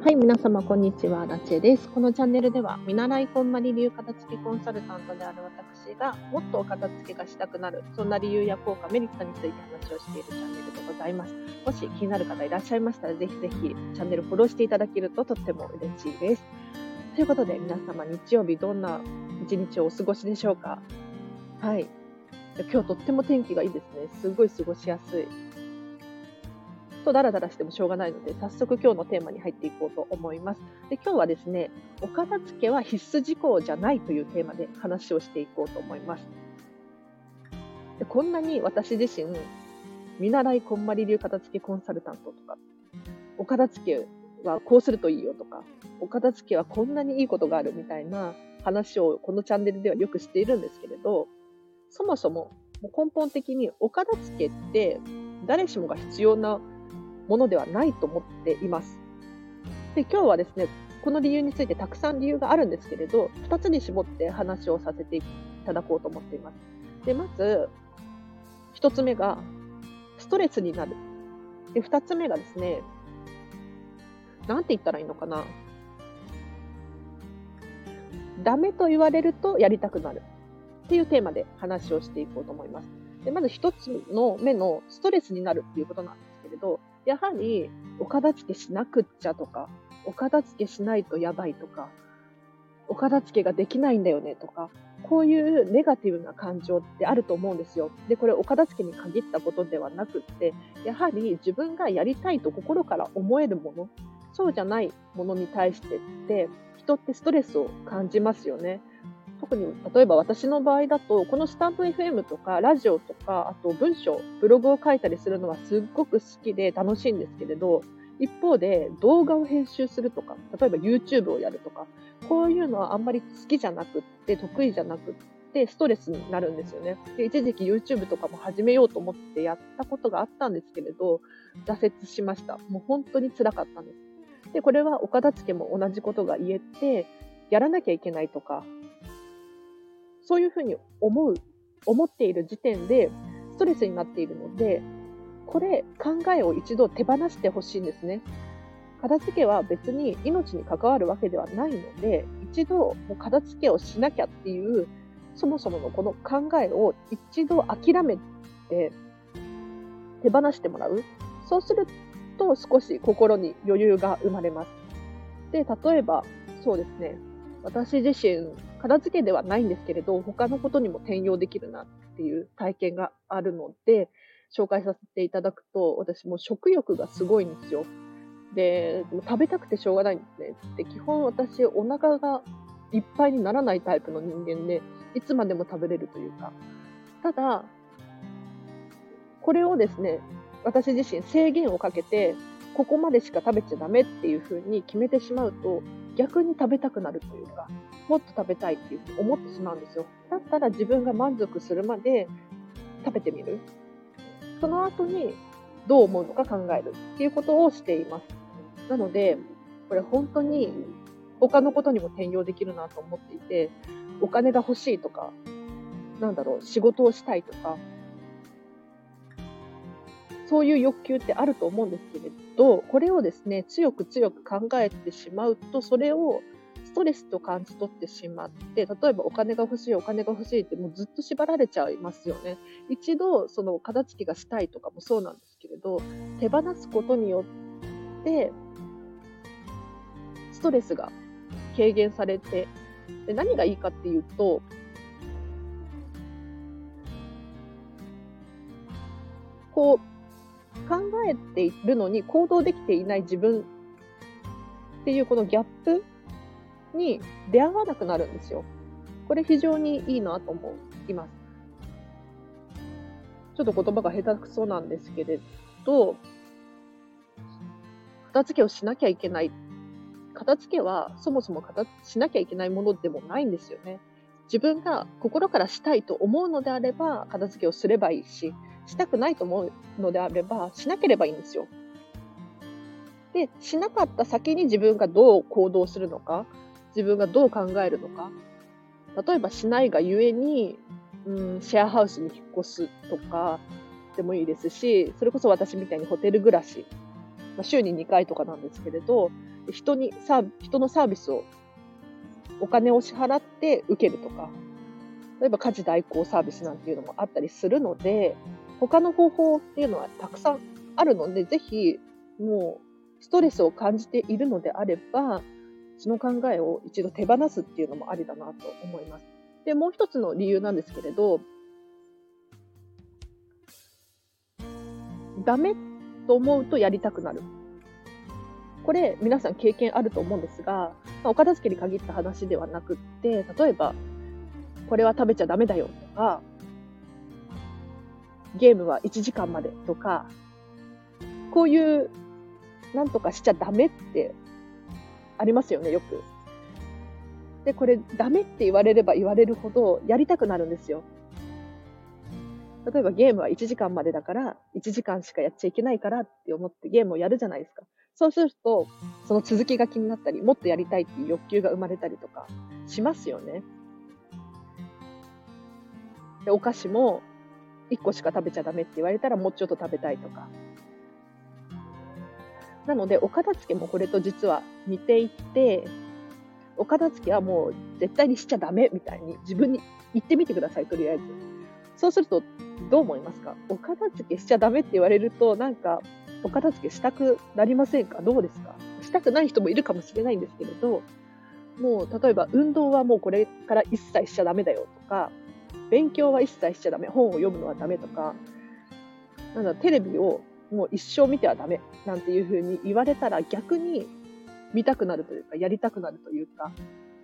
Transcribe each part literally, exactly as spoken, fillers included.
はい、皆様こんにちは、ラチェです。このチャンネルでは、見習いこんまり流片付けコンサルタントである私が、もっとお片付けがしたくなる、そんな理由や効果、メリットについて話をしているチャンネルでございます。もし気になる方いらっしゃいましたら、ぜひぜひチャンネルフォローしていただけるととっても嬉しいです。ということで、皆様日曜日どんな一日をお過ごしでしょうか。はい。今日とっても天気がいいですね。すごい過ごしやすい。とダラダラしてもしょうがないので、早速今日のテーマに入っていこうと思います。で、今日はですね、お片付けは必須事項じゃないというテーマで話をしていこうと思います。で、こんなに私自身、見習いこんまり流片付けコンサルタントとか、お片付けはこうするといいよとか、お片付けはこんなにいいことがあるみたいな話をこのチャンネルではよくしているんですけれど、そもそも根本的にお片付けって誰しもが必要なものではないと思っています。で、今日はですね、この理由についてたくさん理由があるんですけれど、ふたつに絞って話をさせていただこうと思っています。で、まず、ひとつめが、ストレスになる。で、ふたつめがですね、なんて言ったらいいのかな。ダメと言われるとやりたくなるっていうテーマで話をしていこうと思います。で、まずひとつの目のストレスになるっていうことなんですけれど、やはりお片付けしなくっちゃとか、お片付けしないとやばいとか、お片付けができないんだよねとか、こういうネガティブな感情ってあると思うんですよ。で、これお片付けに限ったことではなくって、やはり自分がやりたいと心から思えるもの、そうじゃないものに対してって、人ってストレスを感じますよね。特に例えば私の場合だと、このスタンド エフエム とかラジオとか、あと文章、ブログを書いたりするのはすっごく好きで楽しいんですけれど、一方で動画を編集するとか、例えば YouTube をやるとか、こういうのはあんまり好きじゃなくって、得意じゃなくって、ストレスになるんですよね。で、一時期 YouTube とかも始めようと思ってやったことがあったんですけれど、挫折しました。もう本当に辛かったんです。で、これはお片付けも同じことが言えて、やらなきゃいけないとか、そういうふうに思う、思っている時点でストレスになっているので、これ考えを一度手放してほしいんですね。片付けは別に命に関わるわけではないので、一度もう片付けをしなきゃっていう、そもそものこの考えを一度諦めて手放してもらう。そうすると少し心に余裕が生まれます。で、例えば、そうですね、私自身、片付けではないんですけれど、他のことにも転用できるなっていう体験があるので、紹介させていただくと、私も食欲がすごいんですよ。で、食べたくてしょうがないんですね。で、基本私、お腹がいっぱいにならないタイプの人間で、いつまでも食べれるというか。ただ、これをですね、私自身制限をかけて、ここまでしか食べちゃダメっていう風に決めてしまうと、逆に食べたくなるというか、もっと食べたいっていうふうに思ってしまうんですよ。だったら自分が満足するまで食べてみる。その後にどう思うのか考えるっていうことをしています。なので、これ本当に他のことにも転用できるなと思っていて、お金が欲しいとか、なんだろう、仕事をしたいとか、そういう欲求ってあると思うんですけれど、これをですね、強く強く考えてしまうと、それをストレスと感じ取ってしまって、例えばお金が欲しい、お金が欲しいってもうずっと縛られちゃいますよね。一度、その片付けがしたいとかもそうなんですけれど、手放すことによって、ストレスが軽減されて、で何がいいかっていうと、こう、考えているのに行動できていない自分っていうこのギャップに出会わなくなるんですよ。これ非常にいいなと思います。ちょっと言葉が下手くそなんですけれど、片付けをしなきゃいけない。片付けはそもそも片しなきゃいけないものでもないんですよね。自分が心からしたいと思うのであれば片付けをすればいいし、したくないと思うのであればしなければいいんですよ。で、しなかった先に自分がどう行動するのか、自分がどう考えるのか。例えばしないがゆえに、うん、シェアハウスに引っ越すとかでもいいですし、それこそ私みたいにホテル暮らし、まあ、週ににかいとかなんですけれど、 人にサー人のサービスをお金を支払って受けるとか、例えば家事代行サービスなんていうのもあったりするので、他の方法っていうのはたくさんあるので、ぜひもうストレスを感じているのであれば、その考えを一度手放すっていうのもありだなと思います。で、もう一つの理由なんですけれど、ダメと思うとやりたくなる。これ皆さん経験あると思うんですが、まあ、お片付けに限った話ではなくって、例えばこれは食べちゃダメだよとか、ゲームはいちじかんまでとか、こういうなんとかしちゃダメってありますよね、よく。で、これダメって言われれば言われるほどやりたくなるんですよ。例えばゲームはいちじかんまでだからいちじかんしかやっちゃいけないからって思ってゲームをやるじゃないですか。そうするとその続きが気になったり、もっとやりたいっていう欲求が生まれたりとかしますよね。で、お菓子もいっこしか食べちゃダメって言われたらもうちょっと食べたいとか。なのでお片付けもこれと実は似ていて、お片付けはもう絶対にしちゃダメみたいに自分に言ってみてください、とりあえず。そうするとどう思いますか？お片付けしちゃダメって言われると、なんかお片付けしたくなりませんか？どうですか？したくない人もいるかもしれないんですけれど、もう例えば運動はもうこれから一切しちゃダメだよとか、勉強は一切しちゃダメ、本を読むのはダメとか、なんだテレビをもう一生見てはダメなんていう風に言われたら、逆に見たくなるというか、やりたくなるというか、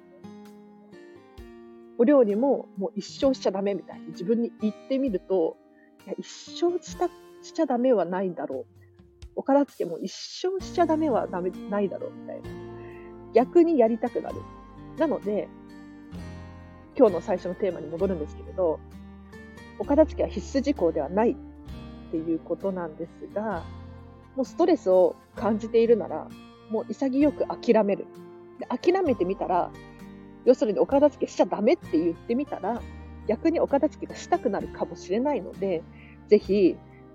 お料理ももう一生しちゃダメみたいに自分に言ってみると、いや一生したしちゃダメはないだろう。お片付けも一生しちゃダメはダメないだろうみたいな。逆にやりたくなる。なので、今日の最初のテーマに戻るんですけれど、お片付けは必須事項ではないっていうことなんですが、もうストレスを感じているなら、もう潔く諦める。で、諦めてみたら、要するにお片付けしちゃダメって言ってみたら、逆にお片付けがしたくなるかもしれないので、ぜひ、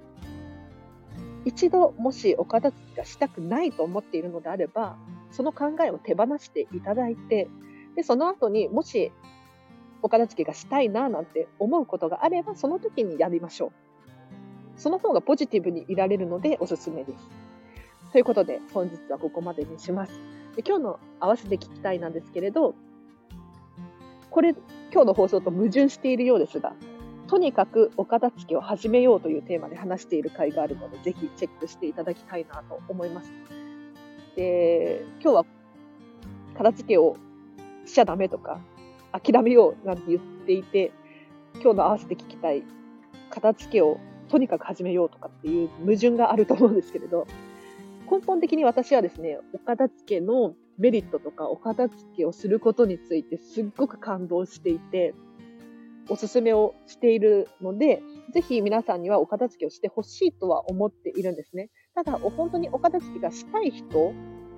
一度もしお片付けがしたくないと思っているのであれば、その考えを手放していただいて、で、その後にもしお片付けがしたいななんて思うことがあれば、その時にやりましょう。その方がポジティブにいられるのでおすすめです。ということで、本日はここまでにします。で、今日の合わせて聞きたいなんですけれど、これ、今日の放送と矛盾しているようですが、とにかくお片付けを始めようというテーマで話している回があるので、ぜひチェックしていただきたいなと思います。で、今日は片付けをしちゃダメとか、諦めようなんて言っていて、今日の合わせて聞きたい片付けをとにかく始めようとかっていう矛盾があると思うんですけれど、根本的に私はですね、お片付けのメリットとかお片付けをすることについてすっごく感動していて、おすすめをしているので、ぜひ皆さんにはお片付けをしてほしいとは思っているんですね。ただ、本当にお片付けがしたい人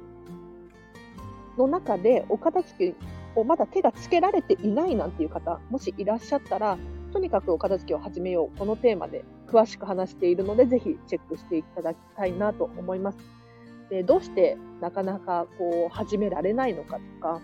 の中でお片付けをまだ手がつけられていないなんていう方、もしいらっしゃったら、とにかくお片付けを始めよう。このテーマで詳しく話しているので、ぜひチェックしていただきたいなと思います。で、どうしてなかなかこう始められないのかとか、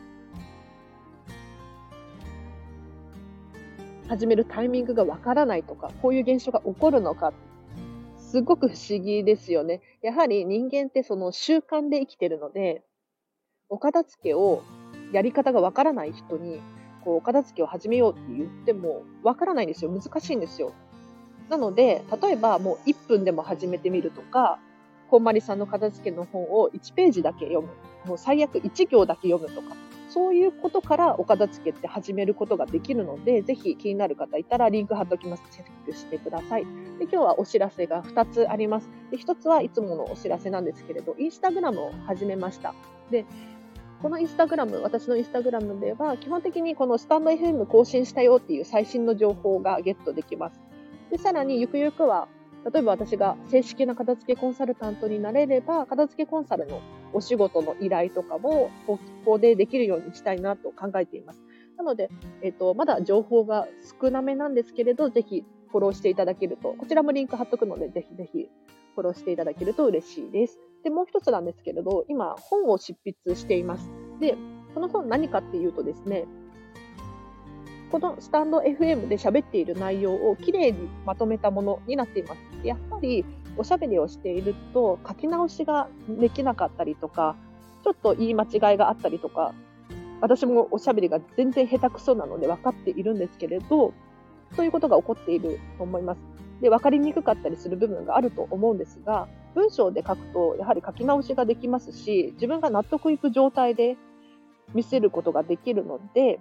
始めるタイミングがわからないとか、こういう現象が起こるのか、すごく不思議ですよね。やはり人間ってその習慣で生きてるので、お片付けをやり方がわからない人に、こうお片付けを始めようって言ってもわからないんですよ。難しいんですよ。なので、例えばもういっぷんでも始めてみるとか、こんまりさんの片付けの本をいちページだけ読む。もう最悪いち行だけ読むとか。そういうことからお片付けって始めることができるので、ぜひ気になる方いたらリンク貼っておきます。チェックしてください。で、今日はお知らせがふたつあります。で、ひとつはいつものお知らせなんですけれど、インスタグラムを始めました。で、このインスタグラム、私のインスタグラムでは、基本的にこのスタンド エフエム 更新したよっていう最新の情報がゲットできます。で、さらにゆくゆくは、例えば私が正式な片付けコンサルタントになれれば、片付けコンサルのお仕事の依頼とかも、ここでできるようにしたいなと考えています。なので、えっと、まだ情報が少なめなんですけれど、ぜひフォローしていただけると、こちらもリンク貼っとくので、ぜひぜひフォローしていただけると嬉しいです。で、もう一つなんですけれど、今、本を執筆しています。で、この本何かっていうとですね、このスタンド エフエム で喋っている内容をきれいにまとめたものになっています。やっぱりおしゃべりをしていると書き直しができなかったりとか、ちょっと言い間違いがあったりとか、私もおしゃべりが全然下手くそなので分かっているんですけれど、そういうことが起こっていると思います。で、分かりにくかったりする部分があると思うんですが、文章で書くとやはり書き直しができますし、自分が納得いく状態で見せることができるので、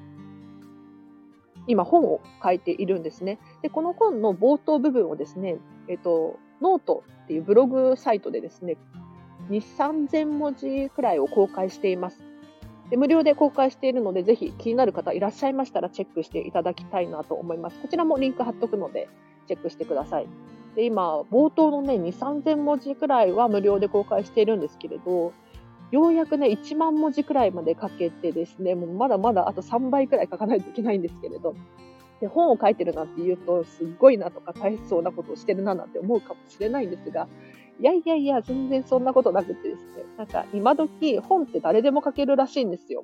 今本を書いているんですね。で、この本の冒頭部分をですね、えっと、ノートっていうブログサイトでですね、にせんさんぜんもじくらいを公開しています。で、無料で公開しているので、ぜひ気になる方いらっしゃいましたらチェックしていただきたいなと思います。こちらもリンク貼っとくので、チェックしてください。で、今、冒頭のね、にせんさんぜんもじくらいは無料で公開しているんですけれど、ようやくね、いちまんもじくらいまで書けてですね、もうまだまだあとさんばいくらい書かないといけないんですけれど、で、本を書いてるなんて言うと、すっごいなとか大変そうなことをしてるななんて思うかもしれないんですが、いやいやいや、全然そんなことなくてですね、なんか今時本って誰でも書けるらしいんですよ。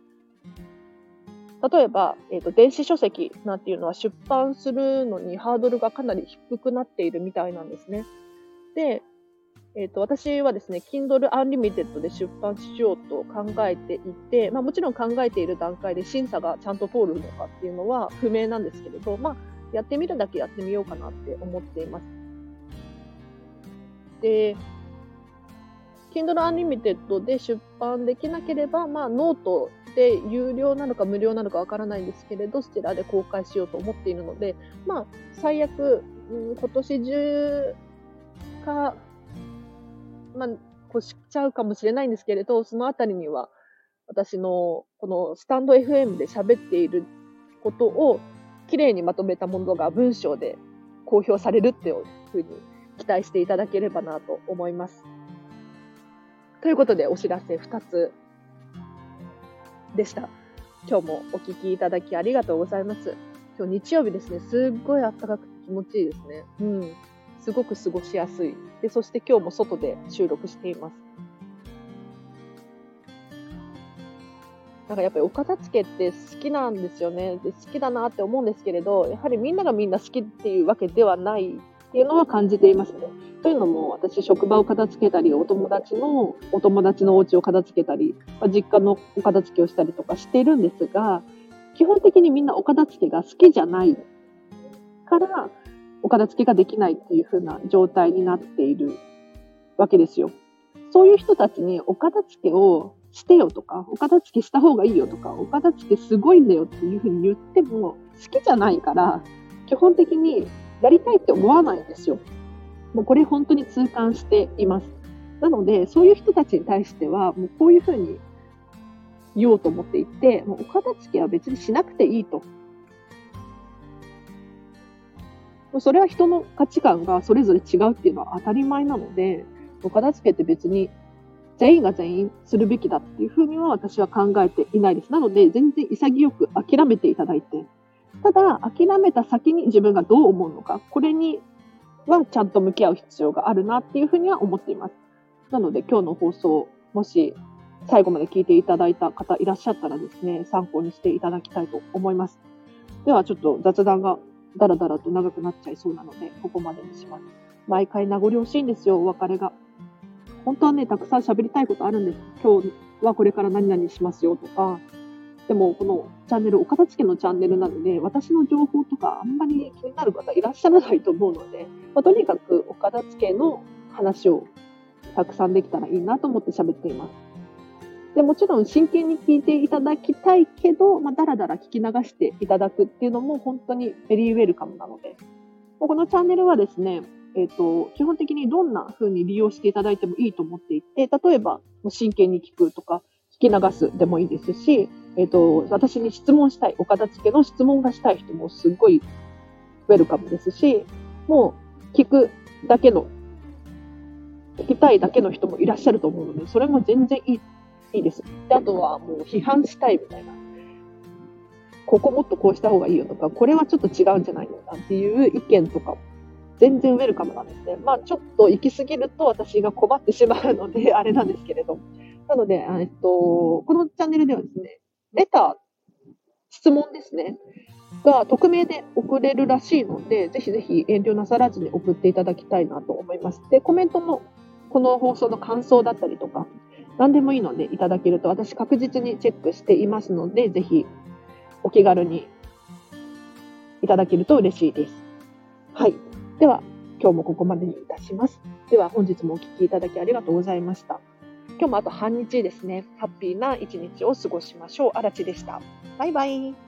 例えば、えっと、電子書籍なんていうのは出版するのにハードルがかなり低くなっているみたいなんですね。で、えっと、私はですね、Kindle Unlimited で出版しようと考えていて、まあもちろん考えている段階で審査がちゃんと通るのかっていうのは不明なんですけれど、まあやってみるだけやってみようかなって思っています。で、Kindle Unlimited で出版できなければ、まあノートで有料なのか無料なのかわからないんですけれど、そちらで公開しようと思っているので、まあ最悪、うん、今年中か、まあ、越しちゃうかもしれないんですけれど、そのあたりには、私のこのスタンド エフエム で喋っていることをきれいにまとめたものが文章で公表されるっていうふうに期待していただければなと思います。ということでお知らせふたつでした。今日もお聞きいただきありがとうございます。今日日曜日ですね、すっごい暖かくて気持ちいいですね。うん。すごく過ごしやすい。で、そして今日も外で収録しています。なんかやっぱりお片付けって好きなんですよね。で、好きだなって思うんですけれど、やはりみんながみんな好きっていうわけではないっていうのは感じていますね。というのも、私、職場を片付けたり、お友達の、お友達のお家を片付けたり、実家のお片付けをしたりとかしているんですが、基本的にみんなお片付けが好きじゃないから、お片付けができないっていう風な状態になっているわけですよ。そういう人たちにお片付けをしてよとか、お片付けした方がいいよとか、お片付けすごいんだよっていう風に言っても好きじゃないから、基本的にやりたいって思わないんですよ。もうこれ本当に痛感しています。なので、そういう人たちに対しては、もうこういう風に言おうと思っていて、もうお片付けは別にしなくていいと。それは人の価値観がそれぞれ違うっていうのは当たり前なので、お片付けって別に全員が全員するべきだっていうふうには私は考えていないです。なので、全然潔く諦めていただいて、ただ諦めた先に自分がどう思うのか、これにはちゃんと向き合う必要があるなっていうふうには思っています。なので今日の放送、もし最後まで聞いていただいた方いらっしゃったらですね、参考にしていただきたいと思います。ではちょっと雑談がだらだらと長くなっちゃいそうなので、ここまでにします。毎回名残惜しいんですよ、お別れが。本当はね、たくさん喋りたいことあるんです。今日はこれから何々しますよとか。でも、このチャンネル、お片付けのチャンネルなので、私の情報とかあんまり気になる方いらっしゃらないと思うので、まあ、とにかくお片付けの話をたくさんできたらいいなと思って喋っています。でもちろん真剣に聞いていただきたいけど、まあ、だらだら聞き流していただくっていうのも本当にベリーウェルカムなので、このチャンネルはですね、えっと、基本的にどんな風に利用していただいてもいいと思っていて、例えば真剣に聞くとか聞き流すでもいいですし、えっと、私に質問したい、お片付けの質問がしたい人もすごいウェルカムですし、もう聞くだけの、聞きたいだけの人もいらっしゃると思うので、それも全然いいいいです。で、あとはもう批判したいみたいな。 ここもっとこうした方がいいよとか、これはちょっと違うんじゃないのかっていう意見とかも全然ウェルカムなんですね。まあちょっと行き過ぎると私が困ってしまうので、あれなんですけれど。なので、えっと、このチャンネルではですね、レター、質問ですね、が匿名で送れるらしいので、ぜひぜひ遠慮なさらずに送っていただきたいなと思います。で、コメントもこの放送の感想だったりとか、何でもいいのでいただけると私確実にチェックしていますので、ぜひお気軽にいただけると嬉しいです。はい。では、今日もここまでにいたします。では、本日もお聞きいただきありがとうございました。今日もあと半日ですね、ハッピーな一日を過ごしましょう。あらちでした。バイバイ。